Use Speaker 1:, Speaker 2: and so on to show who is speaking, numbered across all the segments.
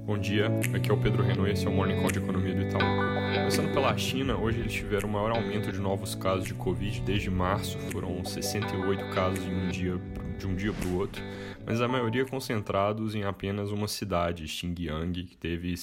Speaker 1: Bom dia, aqui é o Pedro Renault e esse é o Morning Call de Economia do Itaú. Começando pela China, hoje eles tiveram o maior aumento de novos casos de Covid desde março, foram 68 casos de um dia para o outro, mas a maioria concentrados em apenas uma cidade, Xinjiang, que teve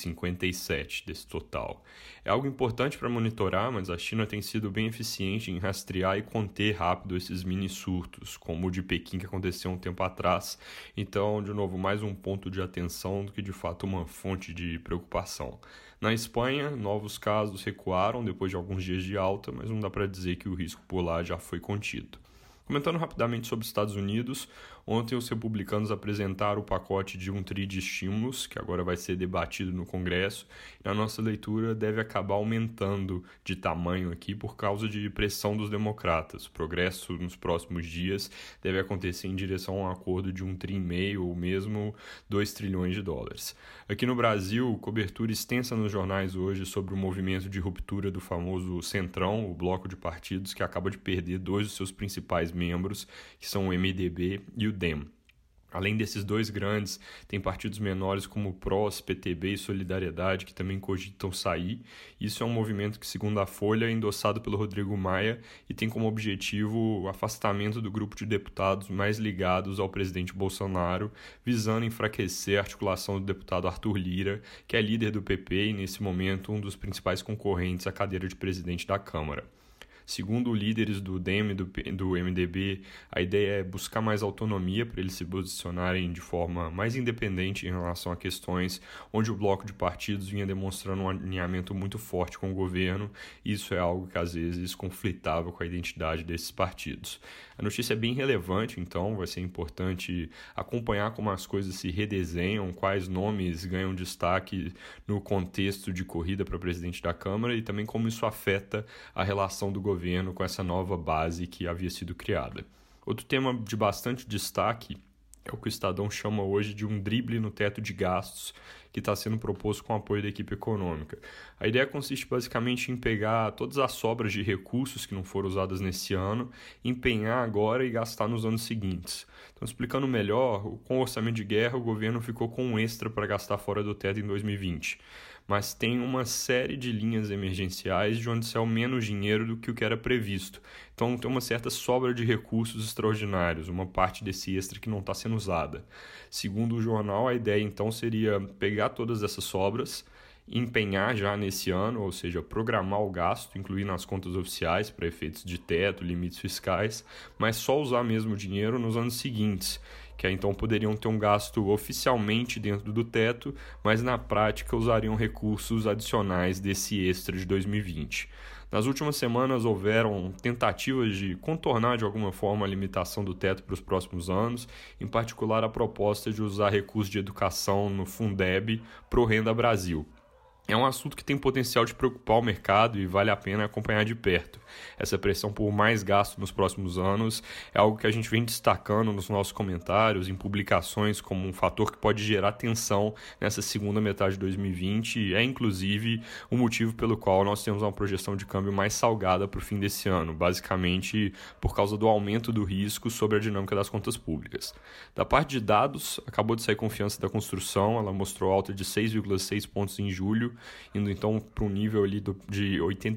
Speaker 1: 57 desse total. É algo importante para monitorar, mas a China tem sido bem eficiente em rastrear e conter rápido esses mini surtos, como o de Pequim que aconteceu um tempo atrás. Então, de novo, mais um ponto de atenção do que de fato uma fonte de preocupação. Na Espanha, novos casos recuaram depois de alguns dias de alta, mas não dá para dizer que o risco por lá já foi contido. Comentando rapidamente sobre os Estados Unidos, ontem os republicanos apresentaram o pacote de $1 trilhão de estímulos, que agora vai ser debatido no Congresso, e na nossa leitura deve acabar aumentando de tamanho aqui por causa de pressão dos democratas. O progresso nos próximos dias deve acontecer em direção a um acordo de $1,5 trilhão ou mesmo $2 trilhões. Aqui no Brasil, cobertura extensa nos jornais hoje sobre o movimento de ruptura do famoso Centrão, o bloco de partidos que acaba de perder dois dos seus principais membros, que são o MDB e o DEM. Além desses dois grandes, tem partidos menores como o PROS, PTB e Solidariedade que também cogitam sair. Isso é um movimento que, segundo a Folha, é endossado pelo Rodrigo Maia e tem como objetivo o afastamento do grupo de deputados mais ligados ao presidente Bolsonaro, visando enfraquecer a articulação do deputado Arthur Lira, que é líder do PP e, nesse momento, um dos principais concorrentes à cadeira de presidente da Câmara. Segundo líderes do DEM e do MDB, a ideia é buscar mais autonomia para eles se posicionarem de forma mais independente em relação a questões onde o bloco de partidos vinha demonstrando um alinhamento muito forte com o governo. Isso é algo que às vezes conflitava com a identidade desses partidos. A notícia é bem relevante, então vai ser importante acompanhar como as coisas se redesenham, quais nomes ganham destaque no contexto de corrida para presidente da Câmara e também como isso afeta a relação do governo com essa nova base que havia sido criada. Outro tema de bastante destaque é o que o Estadão chama hoje de um drible no teto de gastos que está sendo proposto com o apoio da equipe econômica. A ideia consiste basicamente em pegar todas as sobras de recursos que não foram usadas nesse ano, empenhar agora e gastar nos anos seguintes. Então, explicando melhor, com o orçamento de guerra, o governo ficou com um extra para gastar fora do teto em 2020. Mas tem uma série de linhas emergenciais de onde saiu menos dinheiro do que o que era previsto. Então tem uma certa sobra de recursos extraordinários, uma parte desse extra que não está sendo usada. Segundo o jornal, a ideia então seria pegar todas essas sobras, empenhar já nesse ano, ou seja, programar o gasto, incluir nas contas oficiais para efeitos de teto, limites fiscais, mas só usar mesmo o dinheiro nos anos seguintes, que aí então poderiam ter um gasto oficialmente dentro do teto, mas na prática usariam recursos adicionais desse extra de 2020. Nas últimas semanas houveram tentativas de contornar de alguma forma a limitação do teto para os próximos anos, em particular a proposta de usar recursos de educação no Fundeb para o Renda Brasil. É um assunto que tem potencial de preocupar o mercado e vale a pena acompanhar de perto. Essa pressão por mais gasto nos próximos anos é algo que a gente vem destacando nos nossos comentários, em publicações, como um fator que pode gerar tensão nessa segunda metade de 2020 e é, inclusive, o motivo pelo qual nós temos uma projeção de câmbio mais salgada para o fim desse ano, basicamente por causa do aumento do risco sobre a dinâmica das contas públicas. Da parte de dados, acabou de sair confiança da construção, ela mostrou alta de 6,6 pontos em julho, indo então para um nível ali de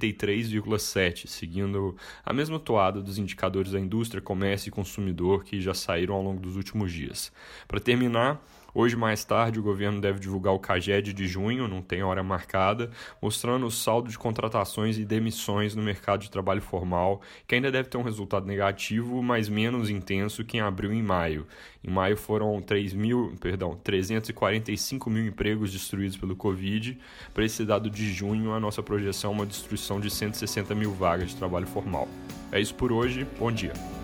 Speaker 1: 83,7, seguindo a mesma toada dos indicadores da indústria, comércio e consumidor que já saíram ao longo dos últimos dias. Para terminar, hoje mais tarde o governo deve divulgar o CAGED de junho, não tem hora marcada, mostrando o saldo de contratações e demissões no mercado de trabalho formal, que ainda deve ter um resultado negativo, mas menos intenso que em abril e em maio. Em maio foram 345 mil empregos destruídos pelo Covid. Para esse dado de junho, a nossa projeção é uma destruição de 160 mil vagas de trabalho formal. É isso por hoje, bom dia.